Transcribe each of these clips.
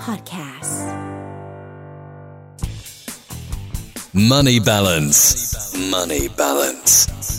Podcast Money Balance Money Balance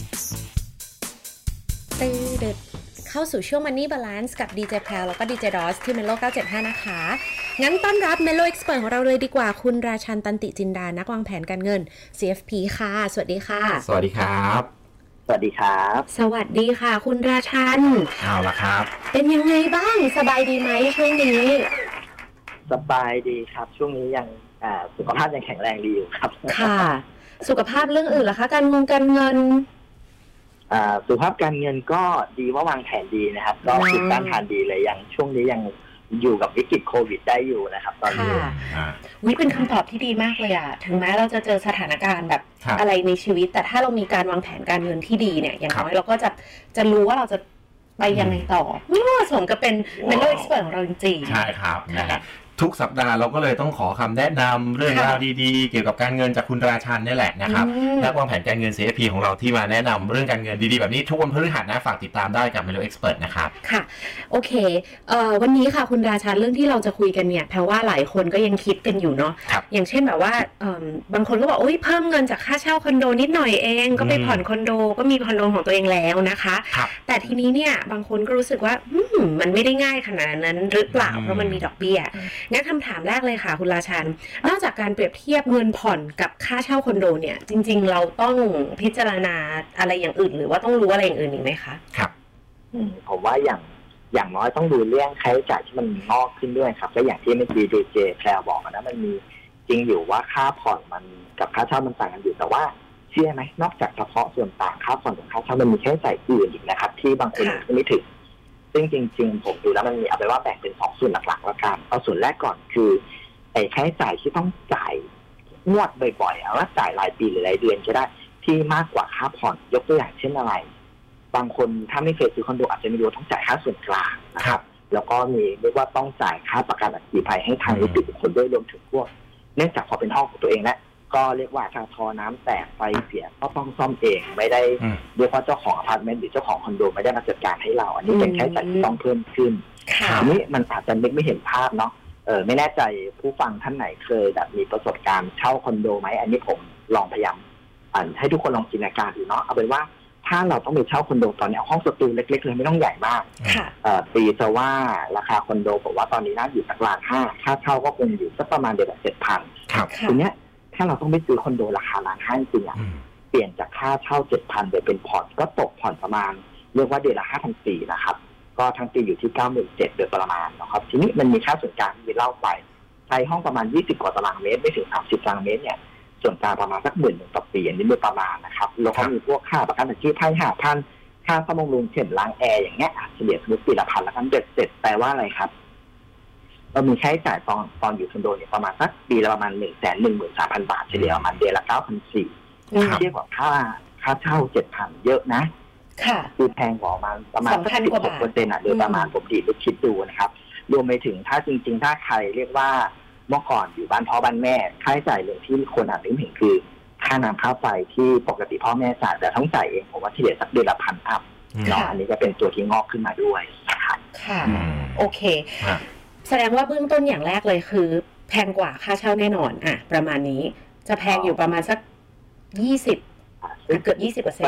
เข้าสู่ช่วง Money Balance กับ DJ แพรวแล้วก็ DJ Ross ที่ Melo 975 นะคะงั้นต้อนรับ Melo Expert ของเราเลยดีกว่าคุณราชันตันติจินดานักวางแผนการเงิน CFP ค่ะสวัสดีค่ะสวัสดีครับสวัสดีครับสวัสดีค่ะคุณราชันเอาล่ะครับเป็นยังไงบ้างสบายดีไหมช่วงนี้สบายดีครับช่วงนี้ยังสุขภาพยังแข็งแรงดีอยู่ครับค่ะสุขภาพเรื่องอื่นล่ะคะการเงินสุขภาพการเงินก็ดีว่าวางแผนดีนะครับก็ติดตั้งทานดีเลยยังช่วงนี้ยังอยู่กับวิกฤตโควิดได้อยู่นะครับตอนนี้เป็นคำตอบที่ดีมากเลยอ่ะถึงแม้เราจะเจอสถานการณ์แบบอะไรในชีวิตแต่ถ้าเรามีการวางแผนการเงินที่ดีเนี่ยอย่างน้อยเราก็จะรู้ว่าเราจะไปยังไงต่อสมกับเป็น Melo Expert ของเราจริงๆใช่ครับนะครับทุกสัปดาห์เราก็เลยต้องขอคำแนะนำเรื่องราวดีๆเกี่ยวกับการเงินจากคุณราชันนี่แหละนะครับนักวางแผนการเงิน CFP ของเราที่มาแนะนำเรื่องการเงินดีๆแบบนี้ทุกวันพฤหัสนะฝากติดตามได้กับ Melo Expert นะครับค่ะโอเควันนี้ค่ะคุณราชันเรื่องที่เราจะคุยกันเนี่ยแปลว่าหลายคนก็ยังคิดกันอยู่เนาะอย่างเช่นแบบว่าบางคนก็บอกโอ๊ยเพิ่มเงินจากค่าเช่าคอนโดนิดหน่อยเองก็ไปผ่อนคอนโดก็มีคอนโดของตัวเองแล้วนะคะแต่ทีนี้เนี่ยบางคนก็รู้สึกว่ามันไม่ได้ง่ายขนาดนั้นหรือเปล่าเพราะมันมีดอกเบี้ยงั้นคำถามแรกเลยค่ะคุณราชันนอกจากการเปรียบเทียบเงินผ่อนกับค่าเช่าคอนโดเนี่ยจริงๆเราต้องพิจารณาอะไรอย่างอื่นหรือว่าต้องรู้อะไรอย่างอื่นอีกไหมคะครับผมว่าอย่างน้อยต้องดูเรื่องค่าใช้จ่ายที่มันงอกขึ้นด้วยครับก็อย่างที่เมื่อกี้ดีเจแพรบอกนะมันมีจริงอยู่ว่าค่าผ่อนมันกับค่าเช่ามันต่างกันอยู่แต่ว่าเชื่อไหมนอกจากเฉพาะส่วนต่างค่าผ่อนกับค่าเช่ามันมีค่าใช้จ่ายอื่นอีกนะครับที่บางคนไม่ถึงซึ่งจริงๆผมดูแล้วมันมีเอาไปว่าแบ่งเป็น2ส่วนหลักๆแล้วกันเอาส่วนแรกก่อนคือไอ้ค่าใช้จ่ายที่ต้องจ่ายงวดบ่อยๆเอาว่าจ่ายรายปีหรือรายเดือนก็ได้ที่มากกว่าค่าผ่อนยกตัวอย่างเช่นอะไรบางคนถ้าไม่เคยซื้อคอนโดอาจจะไม่รู้ต้องจ่ายค่าส่วนกลางนะครับแล้วก็มีเรียกว่าต้องจ่ายค่าประกันอัคคีภัยให้ทางนิติบุคคลด้วยรวมถึงพวกเนื่องจากพอเป็นห้องของตัวเองแล้วก็เรียกว่าถ้าท่อน้ำแตกไฟเสียก็ต้องซ่อมเองไม่ได้เรียกว่าเจ้าของอพาร์ตเมนต์หรือเจ้าของคอนโดไม่ได้มาจัดการให้เราอันนี้เป็นค่าใช้จ่ายที่ต้องเพิ่มขึ้นอันนี้มันอาจจะไม่เห็นภาพเนาะไม่แน่ใจผู้ฟังท่านไหนเคยแบบมีประสบการณ์เช่าคอนโดไหมอันนี้ผมลองพยายามให้ทุกคนลองจินตนาการดูเนาะเอาเป็นว่าถ้าเราต้องไปเช่าคอนโดตอนนี้เอาห้องสตูเล็กๆเลยไม่ต้องใหญ่มากปีจะว่าราคาคอนโดผมว่าตอนนี้น่าอยู่สักล้านห้าค่าเช่าก็คงอยู่สักประมาณเดือนละ7,000ทีเนี้ยถ้าเราต้องไปซื้อคอนโดราคาล้านห้าจริงอ่ะเปลี่ยนจากค่าเช่า 7,000 ไปเป็นผ่อนก็ตกผ่อนประมาณเรียกว่าเดือนละ 5,400 นะครับก็ทั้งปีอยู่ที่ 97,000 โดยประมาณนะครับทีนี้มันมีค่าส่วนกลางที่เล่าไปใช้ห้องประมาณ20กว่าตารางเมตรไม่ถึง30ตารางเมตรเนี่ยส่วนกลางประมาณสัก10,000ต่อปีอันนี้โดยประมาณนะครับแล้วก็มีพวกค่าประกันอัคคีภัย 5,000 ค่าซ่อมบำรุงเช่นล้างแอร์อย่างเงี้ยเฉลี่ยสมมุติปีละ1,000แล้วกันเบ็ดเสร็จแปลว่าอะไรครับเรามีค่าใช้จ่ายตอนอยู่คอนโดเนี่ยประมาณสักปีละประมาณ 113,000 บาทเฉลี่ยประมาณเดือนละ 9,400 เทียบกับค่าเช่า 7,000 เยอะนะค่ะคือแพงกว่าประมาณสัก 16% โดยประมาณผมดีดคิดดูนะครับรวมไปถึงถ้าจริงๆถ้าใครเรียกว่าเมื่อก่อนอยู่บ้านพ่อบ้านแม่ค่าใช้จ่ายเรื่องที่คนอาจจะไม่เห็นคือค่าน้ำค่าไฟที่ปกติพ่อแม่จ่ายแต่ต้องจ่ายเองผมว่าเฉลี่ยสักเดือนละ 1,000 อัพเนาะอันนี้ก็เป็นตัวที่งอกขึ้นมาด้วยนะครับค่ะโอเคแสดงว่าเบื้องต้นอย่างแรกเลยคือแพงกว่าค่าเช่าแน่นอนประมาณนี้จะแพงอยู่ประมาณสัก20เกือบ 20%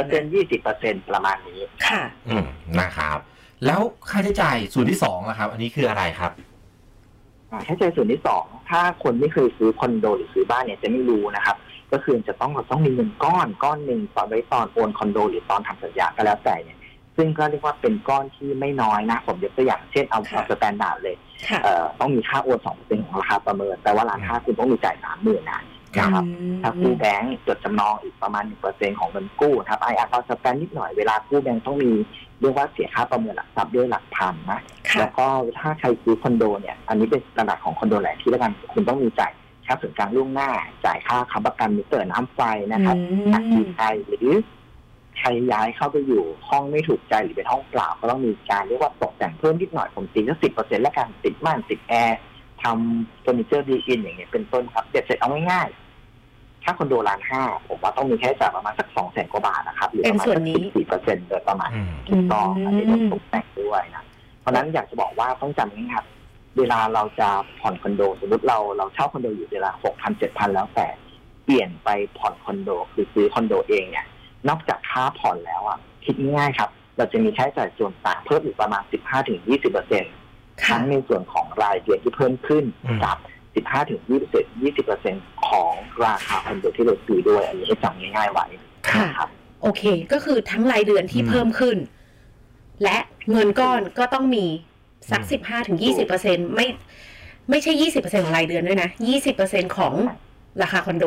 20% ประมาณนี้ค่ะนะครับแล้วค่าใช้จ่ายส่วนที่2ล่ะครับอันนี้คืออะไรครับค่าใช้จ่ายส่วนที่2ถ้าคนไม่เคยซื้อคอนโดหรือซื้อบ้านเนี่ยจะไม่รู้นะครับก็คือจะต้องมีเงินก้อนนึงตอนไว้ตอนโอนคอนโดหรือตอนทำสัญญาก็แล้วแต่เนี่ยซึ่งก็เรียกว่าเป็นก้อนที่ไม่น้อยนะผมยกตัวอย่างเช่นเอาสแตนดาร์ดเลยต้องมีค่าโอน 2% ของราคาประเมินแต่ว่าร้านค้าคุณต้องมีจ่าย 30,000 นะครับถ้ากู้แบงก์จดจำนองอีกประมาณ 1% ของเงินกู้ครับIR สแตนนิดหน่อยเวลากู้แบงก์ต้องมีเรียกว่าเสียค่าประเมินหลักทรัพย์ด้วยหลักพันนะแล้วก็ถ้าใครซื้อคอนโดเนี่ยอันนี้เป็นระดับของคอนโดแหละที่แล้วกันคุณต้องมีจ่ายค่าส่วนกลางล่วงหน้าจ่ายค่าค้ำประกันมิเตอร์น้ำไฟนะครับอัคคีภัยหรือใครย้ายเข้าไปอยู่ห้องไม่ถูกใจหรือเป็นห้องเปล่าก็ต้องมีการเรียกว่าตกแต่งเพิ่มนิดหน่อยผมตีสัก 10% แล้วกันติดม่านติดแอร์ทำเฟอร์นิเจอร์ดีอินอย่างเงี้ยเป็นต้นครับเด็ดเสร็จเอาง่ายๆถ้าคอนโดล้านห้าผมว่าต้องมีค่าใช้จ่ายประมาณสัก 200,000 กว่าบาทนะครับหรือประมาณ 14% โดยประมาณถูกต้องอันนี้ต้องตกแต่งด้วยนะเพราะนั้นอยากจะบอกว่าต้องจำง่ายๆเวลาเราจะผ่อนคอนโดสมมติเราเช่าคอนโดอยู่เวลา 6,000 7,000 แล้วแต่เปลี่ยนไปผ่อนคอนโดคือซื้อคอนโดเองเนี่ยนอกจากค่าผ่อนแล้วอ่ะคิดง่ายๆครับเราจะมีค่าใช้จ่ายส่วนต่างเพิ่มอีกประมาณ 15-20% ทั้งในส่วนของรายเดือนที่เพิ่มขึ้นกับ 15-20% ของราคาคอนโดที่เราซื้อด้วยอันนี้ให้จำง่ายๆไว้ครับโอเคก็คือทั้งรายเดือนที่เพิ่มขึ้นและเงินก้อนก็ต้องมีสัก 15-20% ไม่ใช่ 20% ของรายเดือนด้วยนะ 20% ของราคาคอนโด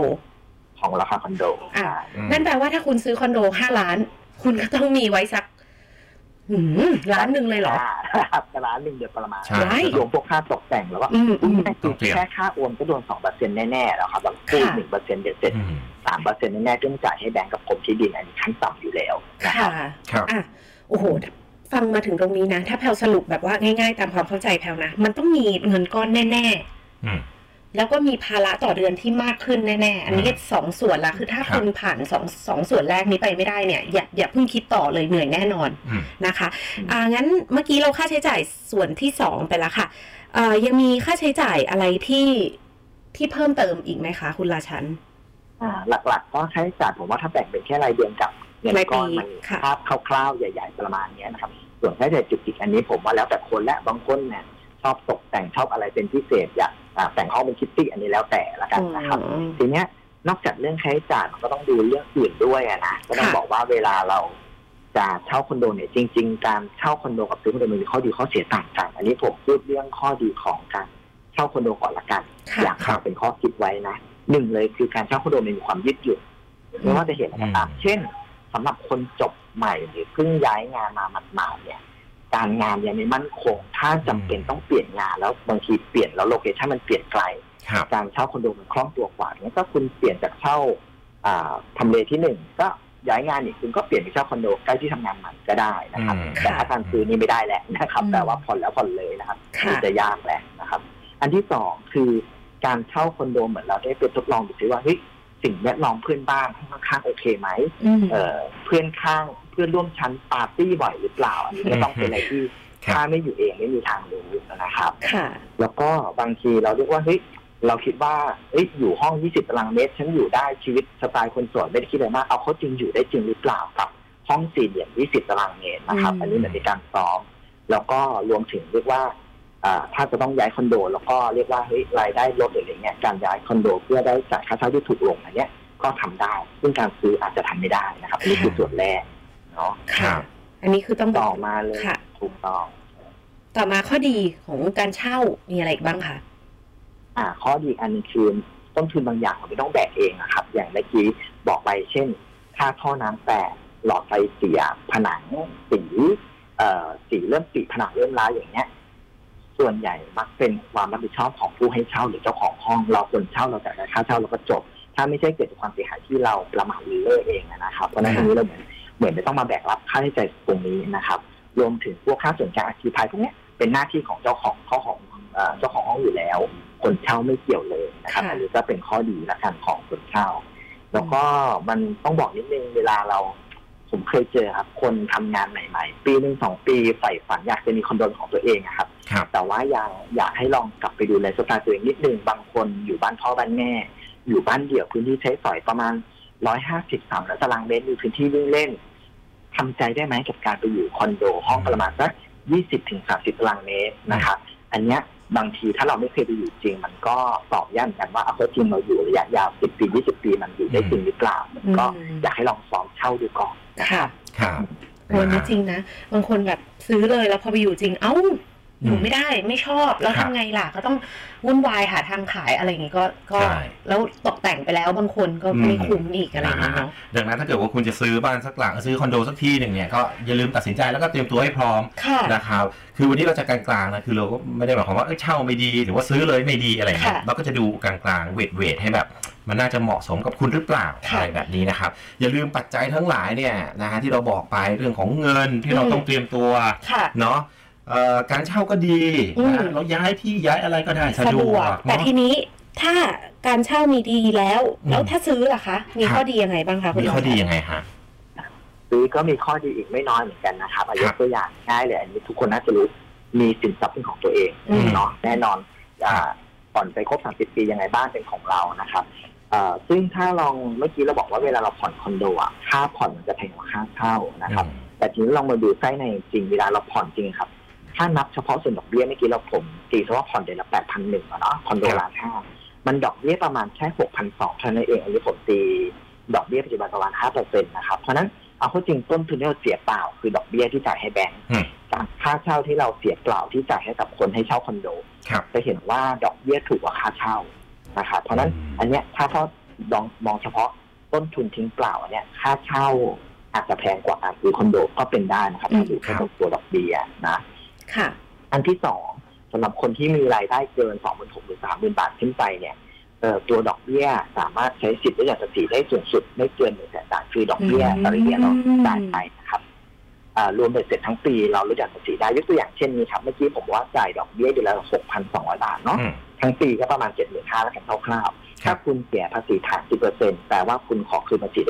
นั่นแปลว่าถ้าคุณซื้อคอนโด5 ล้านคุณก็ต้องมีไว้สักล้านหนึ่งเลยเหรอครับล้านหนึ่งเดือนประมาณรวมพวกค่าตกแต่งแล้วก็แค่ค่าโอนก็โดน 2% แน่ๆแล้วครับแบบพูด 1% เด็ดๆ 3% แน่ๆต้องจ่ายให้แบงก์กับกรมที่ดินอันนี้ขั้นต่ำอยู่แล้วนะครับโอ้โหฟังมาถึงตรงนี้นะถ้าแพลสรุปแบบว่าง่ายๆตามความเข้าใจแพลนะมันต้องมีเงินก้อนแน่ๆแล้วก็มีภาระต่อเดือนที่มากขึ้นแน่ๆอันนี้2ส่วนละคือถ้าคุณผ่าน2ส่วนแรกนี้ไปไม่ได้เนี่ยอย่าเพิ่งคิดต่อเลยเหนื่อยแน่นอนนะคะงั้นเมื่อกี้เราค่าใช้จ่ายส่วนที่2ไปแล้วค่ะยังมีค่าใช้จ่ายอะไรที่เพิ่มเติมอีกไหมคะคุณราชันหลักๆก็ค่าใช้จ่ายผมว่าถ้าแบ่งเป็นแค่รายเดือนกับเงินก้อนมันภาพคร่าวๆใหญ่ๆประมาณนี้นะครับส่วนค่าใช้จ่ายจุกจิกอันนี้ผมว่าแล้วแต่คนและบางคนเนี่ยชอบตกแต่งชอบอะไรเป็นพิเศษอยากแต่งห้องเป็นคิตตี้อันนี้แล้วแต่ละกันนะครับทีเนี้ยนอกจากเรื่องค่าใช้จ่ายมันก็ต้องดูเรื่องอื่นด้วยนะก็ต้องบอกว่าเวลาเราจะเช่าคอนโดเนี่ยจริงๆการเช่าคอนโดกับซื้อคอนโดมีข้อดีข้อเสียต่างกันอันนี้ผมพูดเรื่องข้อดีของการเช่าคอนโดก่อนละกันอยากฝากเป็นข้อคิดไว้นะ1เลยคือการเช่าคอนโดมีความยืดหยุ่นไม่ว่าจะเห็นอะไรก็ตามเช่นสำหรับคนจบใหม่หรือเพิ่งย้ายงานมาหมาดๆเนี่ยการงานยังไม่มั่นคงถ้าจำเป็นต้องเปลี่ยนงานแล้วบางทีเปลี่ยนแล้วโลเคชั่นมันเปลี่ยนไกลการเช่าคอนโดมันคล่องตัวกว่างั้นถ้าคุณเปลี่ยนจากเช่าทำเลที่1ก็ย้ายงานอีกคุณก็เปลี่ยนไปเช่าคอนโดใกล้ที่ทำงานใหม่ก็ได้นะครับแต่ถ้าการซื้อนี่ไม่ได้แหละนะครับแต่ว่าผ่อนแล้วผ่อนเลยนะครับมันจะยากแหละนะครับอันที่2คือการเช่าคอนโดเหมือนเราได้ไปทดลองดูซิว่าเฮ้ยสิ่งแวดล้อมเพื่อนบ้านข้างๆโอเคไหมเพื่อนข้างเพื่อนร่วมชั้นปาร์ตี้บ่อยหรือเปล่าอันนี้ก็ต้องเป็นอะไรที่ถ้าไม่อยู่เองไม่มีทางรู้นะครับแล้วก็บางทีเราเรียกว่าเฮ้ยเราคิดว่าอยู่ห้อง20 ตารางเมตรฉันอยู่ได้ชีวิตสไตล์คนโสดไม่ได้คิดอะไรมากเอาเขาจริงอยู่ได้จริงหรือเปล่ากับห้อง4 เหลี่ยม20 ตารางเมตรนะครับอันนี้เหมือนในการซ้อมแล้วก็รวมถึงเรียกว่าถ้าจะต้องย้ายคอนโดแล้วก็เรียกว่าเฮ้ยรายได้ลดหรืออะไรเงี้ยการย้ายคอนโดเพื่อได้จ่ายค่าเช่าที่ถูกลงอันเนี้ยก็ทำได้ซึ่งการซื้ออาจจะทำไม่ได้นะครับนี่คือส่วนแรกเนาะอันนี้คือต้องต่อมาเลยถูกต้องต่อมาข้อดีของการเช่ามีอะไรบ้างคะข้อดีอันนึงคือต้นทุนบางอย่างเราไม่ต้องแบกเองนะครับอย่างเมื่อกี้บอกไปเช่นค่าท่อน้ำแตกหลอดไฟเสียผนังสีเริ่มผนังเริ่มร้ายอย่างเงี้ยส่วนใหญ่มักเป็นความรับผิดชอบของผู้ให้เช่าหรือเจ้าของห้องเราคนเช่าเราจ่ายค่าเช่าเราก็จบถ้าไม่ใช่เกิดจากความเสียหายที่เราประมาทเลิกเองนะครับเพราะนั้นอันนี้เราเหมือนไม่ต้องมาแบกรับค่าใช้จ่ายตรงนี้นะครับรวมถึงพวกค่าส่วนกลางอคภัยพวกนี้เป็นหน้าที่ของเจ้าของห้องอยู่แล้วคนเช่าไม่เกี่ยวเลยนะครับอันนี้ก็เป็นข้อดีละกันของคนเช่าแล้วก็มันต้องบอกนิดนึงเวลาผมเคยเจอครับคนทำงานใหม่ๆปี 1-2 ปีใฝ่ฝันอยากจะมีคอนโดของตัวเองครับแต่ว่าอยากให้ลองกลับไปดูไลฟ์สไตล์ตัวเองนิดนึงบางคนอยู่บ้านพ่อบ้านแม่อยู่บ้านเดี่ยวพื้นที่ใช้สอยประมาณ150-300 ตารางเมตรมีพื้นที่วิ่งเล่นทำใจได้ไหมกับการไปอยู่คอนโดห้องประมาณสัก20-30 ตารางเมตรนะครับอันเนี้ยบางทีถ้าเราไม่เคยไปอยู่จริงมันก็ตอบยากกันว่าเอาจริงเราอยู่ระยะยาว10 ปี 20 ปีมันอยู่ได้จริงหรือเปล่าก็อยากให้ลองซ้อมเช่าดูก่อนค่ะโอ้นี่จริงนะบางคนแบบซื้อเลยแล้วพอไปอยู่จริงอยู่ไม่ได้ไม่ชอบแล้วทำไงล่ะก็ต้องวุ่นวายหาทางขายอะไรอย่างงี้ก็แล้วตกแต่งไปแล้วบางคนก็ไม่คุ้มอีกอะไรอย่างเงี้ยเนาะดังนั้นถ้าเกิดว่าคุณจะซื้อบ้านสักหลังซื้อคอนโดสักที่หนึ่งเนี่ยก็อย่าลืมตัดสินใจแล้วก็เตรียมตัวให้พร้อมนะครับคือวันนี้เราจะกลางๆนะคือเราก็ไม่ได้หมายความว่าเช่าไม่ดีหรือว่าซื้อเลยไม่ดีอะไรเงี้ยเราก็จะดูกลางๆเวทให้แบบมันน่าจะเหมาะสมกับคุณหรือเปล่าอะไรแบบนี้นะครับอย่าลืมปัจจัยทั้งหลายเนี่ยนะฮะที่เราบอกไปเรื่องของเงินที่เราต้องเตรียมตัวเนาะการเช่าก็ดีเราย้ายที่ย้ายอะไรก็ได้สะดวกแต่ทีนี้ถ้าการเช่ามีดีแล้วถ้าซื้อล่ะคะมีข้อดียังไงบ้างคะมีข้อดียังไงฮะซื้อก็มีข้อดีอีกไม่น้อยเหมือนกันนะครับยกตัวอย่างง่ายเลยอันนี้ทุกคนน่าจะรู้มีสินทรัพย์เป็นของตัวเองเนาะแน่นอนผ่อนไปครบ30 ปียังไงบ้านเป็นของเรานะครับซึ่งถ้าลองเมื่อกี้เราบอกว่าเวลาเราผ่อนคอนโดค่าผ่อนมันจะแพงกว่าค่าเช่านะครับแต่ทีนี้ลองมาดูไส้ในจริงเวลาเราผ่อนจริงครับถ้านับเฉพาะส่วนดอกเบี้ยเมื่อกี้ผมตีซะว่าผ่อนเดือนละ 8,100 เนาะคอนโด1.5 ล้านมันดอกเบี้ยประมาณแค่ 6,200 เท่านั้นเองอันนี้ผมตีดอกเบี้ยปัจจุบันประมาณ 5% นะครับเพราะนั้นเอาเข้าจริงต้นทุนที่เราเสียเปล่าคือดอกเบี้ยที่จ่ายให้แบงก์จากค่าเช่าที่เราเสียเปล่าที่จ่ายให้กับคนให้เช่าคอนโดจะเห็นว่าดอกเบี้ยถูกกว่าค่าเช่านะครับเพราะนั้นอันเนี้ยถ้ามองเฉพาะต้นทุนทิ้งเปล่าอันเนี้ยค่าเช่าอาจจะแพงกว่าการซื้อคอนโดก็เป็นได้นะครับถ้าดูแค่ตัวดอกเบี้ยนะค่ะอันที่สองสำหรับคนที่มีรายได้เกิน 26,000 หรือ 30,000 บาทขึ้นไปเนี่ยตัวดอกเบี้ยสามารถใช้สิทธิ์ลดหย่อนภาษีได้สูงสุดไม่เกิน 100,000 บาทคือดอกเบี้ยต่อเดือนเราจ่ายไปนะครับรวมเป็นเสร็จทั้งปีเราลดหย่อนภาษีได้ยกตัวอย่างเช่นนี้ครับเมื่อกี้ผมว่าจ่ายดอกเบี้ยเดือนละ 6,200 บาทเนาะทั้งปีก็ประมาณ 75,000 แล้วกันคร่าวๆถ้าคุณเสียภาษีฐาน 10% แปลว่าคุณขอคืนภาษีได้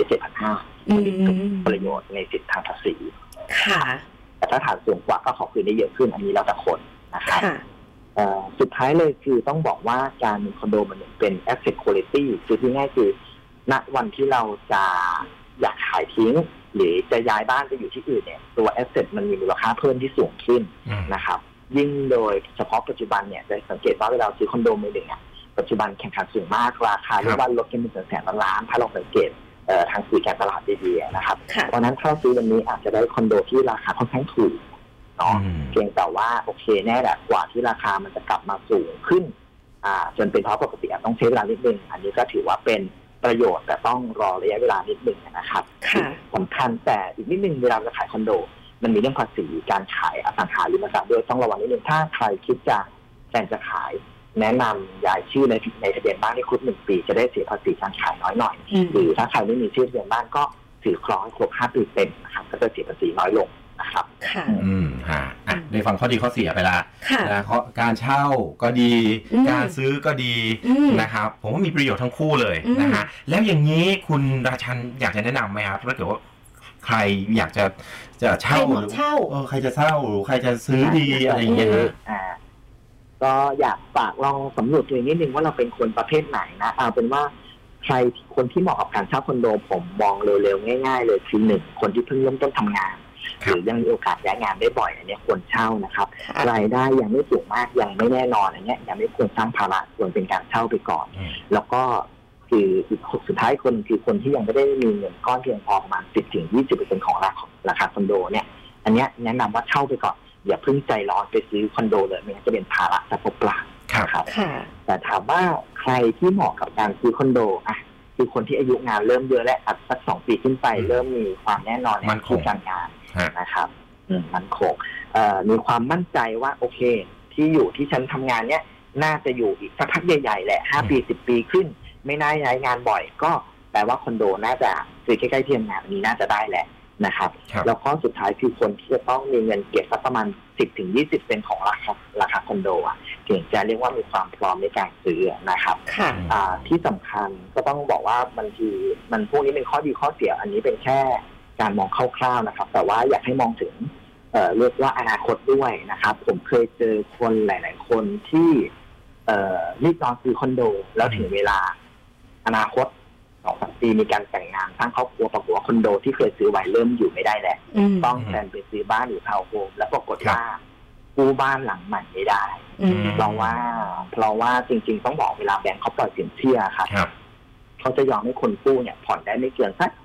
7,500 ประโยชน์ในสิทธิทางภาษีค่ะแต่ถ้าฐานสูงกว่าก็ขอคืนได้เยอะขึ้นอันนี้แล้วแต่คนนะครับสุดท้ายเลยคือต้องบอกว่าการมีคอนโดมันเป็น asset quality คือที่ง่ายคือณวันที่เราจะอยากขายทิ้งหรือจะย้ายบ้านไปอยู่ที่อื่นเนี่ยตัว asset มันมีมูลค่าเพิ่มที่สูงขึ้นนะครับยิ่งโดยเฉพาะปัจจุบันเนี่ยจะสังเกตว่าเวลาซื้อคอนโดมือหนึ่งปัจจุบันแข่งขันสูงมากราคาเรียกว่าลดกันเป็นแสนล้านถ้าเราสังเกตทางสื่อการตลาดดีๆนะครับเพราะนั้นถ้าซื้อวันนี้อาจจะได้คอนโดที่ราคาค่อนข้างถูกเนาะเพียงแต่ว่าโอเคแน่แหละกว่าที่ราคามันจะกลับมาสูงขึ้นจนเป็นเพราะปกติต้องใช้เวลานิดนึงอันนี้ก็ถือว่าเป็นประโยชน์แต่ต้องรอระยะเวลานิดนึงนะครับสำคัญแต่อีกนิดนึงเวลาจะขายคอนโดมันมีเรื่องภาษีการขายอสังหาริมทรัพย์ด้วยต้องระวังนิดนึงถ้าใครคิดจะแทนจะขายแนะนำย้ายชื่อในทะเบียนบ้านให้ครบ1 ปีจะได้เสียภาษีการขายน้อยหน่อยหรือถ้าใครไม่มีชื่อทะเบียนบ้านก็ถือครองให้ครบ5 ปีเต็มนะครับก็จะเสียภาษีน้อยลงนะครับได้ฟังข้อดีข้อเสียไปละนะการเช่าก็ดีการซื้อก็ดีนะครับผมว่ามีประโยชน์ทั้งคู่เลยนะฮะแล้วอย่างนี้คุณราชันอยากจะแนะนำไหมครับถ้าเกิดว่าใครอยากจะเช่าหรือใครจะเช่าหรือใครจะซื้อดีอะไรอย่างเงี้ยก็อยากฝากลองสำรวจตัวเองนิดนึงว่าเราเป็นคนประเภทไหนนะเอาเป็นว่าใครคนที่เหมาะกับการเช่าคอนโดผมมองเร็วๆง่ายๆเลยคือ1คนที่เพิ่งเริ่มต้นทำงานหรือยังมีโอกาสย้ายงานได้บ่อยอันนี้ควรเช่านะครับรายได้ยังไม่สูงมากยังไม่แน่นอนอันนี้ยังไม่ควรสร้างภาระควรเป็นการเช่าไปก่อนแล้วก็คือสุดท้ายคนคือคนที่ยังไม่ได้มีเงินก้อนเพียงพอประมาณ 10-20% ของราคาคอนโดเนี่ยอันนี้แนะนำว่าเช่าไปก่อนอย่าเพิ่งใจร้อนไปซื้อคอนโดเลยไม่งั้นจะเป็นภาระจะเปล่าครับแต่ถามว่าใครที่เหมาะกับการซื้อคอนโดคือคนที่อายุงานเริ่มเยอะและสัก2 ปีขึ้นไปเริ่มมีความแน่นอนในที่การงานนะครับมันคงมีความมั่นใจว่าโอเคที่อยู่ที่ฉันทำงานเนี้ยน่าจะอยู่อีกสักพักใหญ่ๆแหละ5 ปี10 ปีขึ้นไม่น่าย้ายงานบ่อยก็แปลว่าคอนโดน่าจะซื้อใกล้ๆที่ทำงานนี้น่าจะได้แหละนะครับแล้วก็สุดท้ายคือคนที่จะต้องมีเงินเก็บสักประมาณ 10-20% ของราคาคอนโดถึงจะเรียกว่ามีความพร้อมในการซื้อนะครับที่สำคัญก็ต้องบอกว่ามันพวกนี้เป็นข้อดีข้อเสียอันนี้เป็นแค่การมองคร่าวๆนะครับแต่ว่าอยากให้มองถึงเรียกว่าอนาคตด้วยนะครับผมเคยเจอคนหลายๆคนที่รีบร้อนซื้อคอนโดแล้วถึงเวลาอนาคต2-3 ปีมีการแต่งงานสร้างครอบครัวปรากฏว่าคอนโดที่เคยซื้อไว้เริ่มอยู่ไม่ได้แล้วต้องแทนไปซื้อบ้านหรือทาวน์โฮมแล้วปรากฏว่ากู้บ้านหลังใหม่ไม่ได้เพราะว่าจริงๆต้องบอกเวลาแบงก์เขาปล่อยสินเชื่อครับเขาจะยอมให้คนกู้เนี่ยผ่อนได้ไม่เกินสัก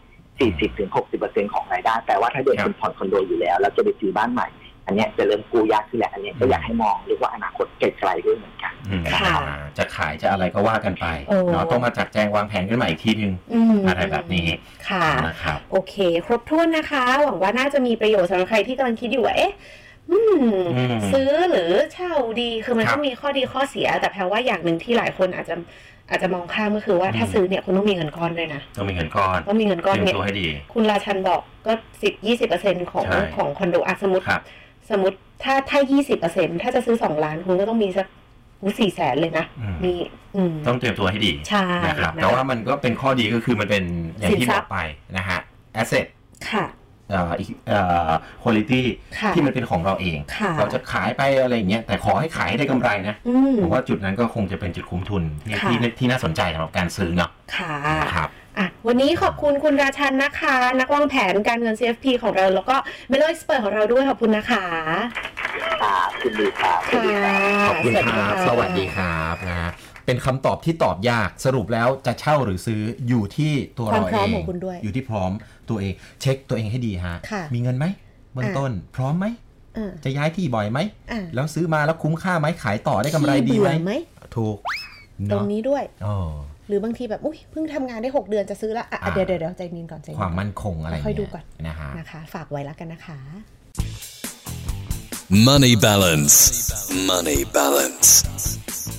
40-60% ของรายได้แต่ว่าถ้าเดินคุณผ่อนคอนโดอยู่แล้วจะไปซื้อบ้านใหม่อันนี้จะเริ่มกู้ยากขึ้นแหละอันนี้ก็อยากให้มองเรียกว่าอนาคตไกลๆด้วยเหมือนกันจะขายจะอะไรก็ว่ากันไปเนาะต้องมาจัดแจงวางแผนกันใหม่อีกทีนึงอะไรแบบนี้ค่ะนะครับโอเคครบถ้วนนะคะหวังว่าน่าจะมีประโยชน์สำหรับใครที่กำลังคิดอยู่ว่าซื้อหรือเช่าดีคือมันก็มีข้อดีข้อเสียแต่แปลว่าอย่างนึงที่หลายคนอาจจะมองข้ามก็คือว่าถ้าซื้อเนี่ยคุณต้องมีเงินก้อนด้วยนะต้องมีเงินก้อนเนี่ยคุณราชันบอกก็ 10-20% ของคอนโดสมมติถ้า 20% ถ้าจะซื้อ2 ล้านคุณก็ต้องมีสัก400,000เลยนะมีต้องเตรียมตัวให้ดีนะครับแต่ว่ามันก็เป็นข้อดีก็คือมันเป็นอย่างที่บอกไปนะฮะ asset ค่ะ quality ที่มันเป็นของเราเองเราจะขายไปอะไรอย่างเงี้ยแต่ขอให้ขายได้กำไรนะผมว่าจุดนั้นก็คงจะเป็นจุดคุ้มทุนที่น่าสนใจสำหรับการซื้อเนาะค่ะครับวันนี้ขอบคุณคุณราชันนะคะนักวางแผนการเงิน CFP ของเราแล้วก็ Melo Expert ของเราด้วยขอบคุณนะคะคุณดีครับขอบคุณครับสวัสดีครับนะเป็นคำตอบที่ตอบยากสรุปแล้วจะเช่าหรือซื้ออยู่ที่ตัวเราเองอยู่ที่พร้อมตัวเองเช็คตัวเองให้ดีฮะมีเงินไหมเบื้องต้นพร้อมไหมจะย้ายที่บ่อยไหมแล้วซื้อมาแล้วคุ้มค่าไหมขายต่อได้กำไรดีไหมถูกตรงนี้ด้วยหรือบางทีแบบเพิ่งทำงานได้6 เดือนจะซื้อละเดี๋ยวใจนิ่งก่อนความมั่นคงอะไรค่อยดูก่อนนะคะฝากไว้แล้วกันนะคะ Money Balance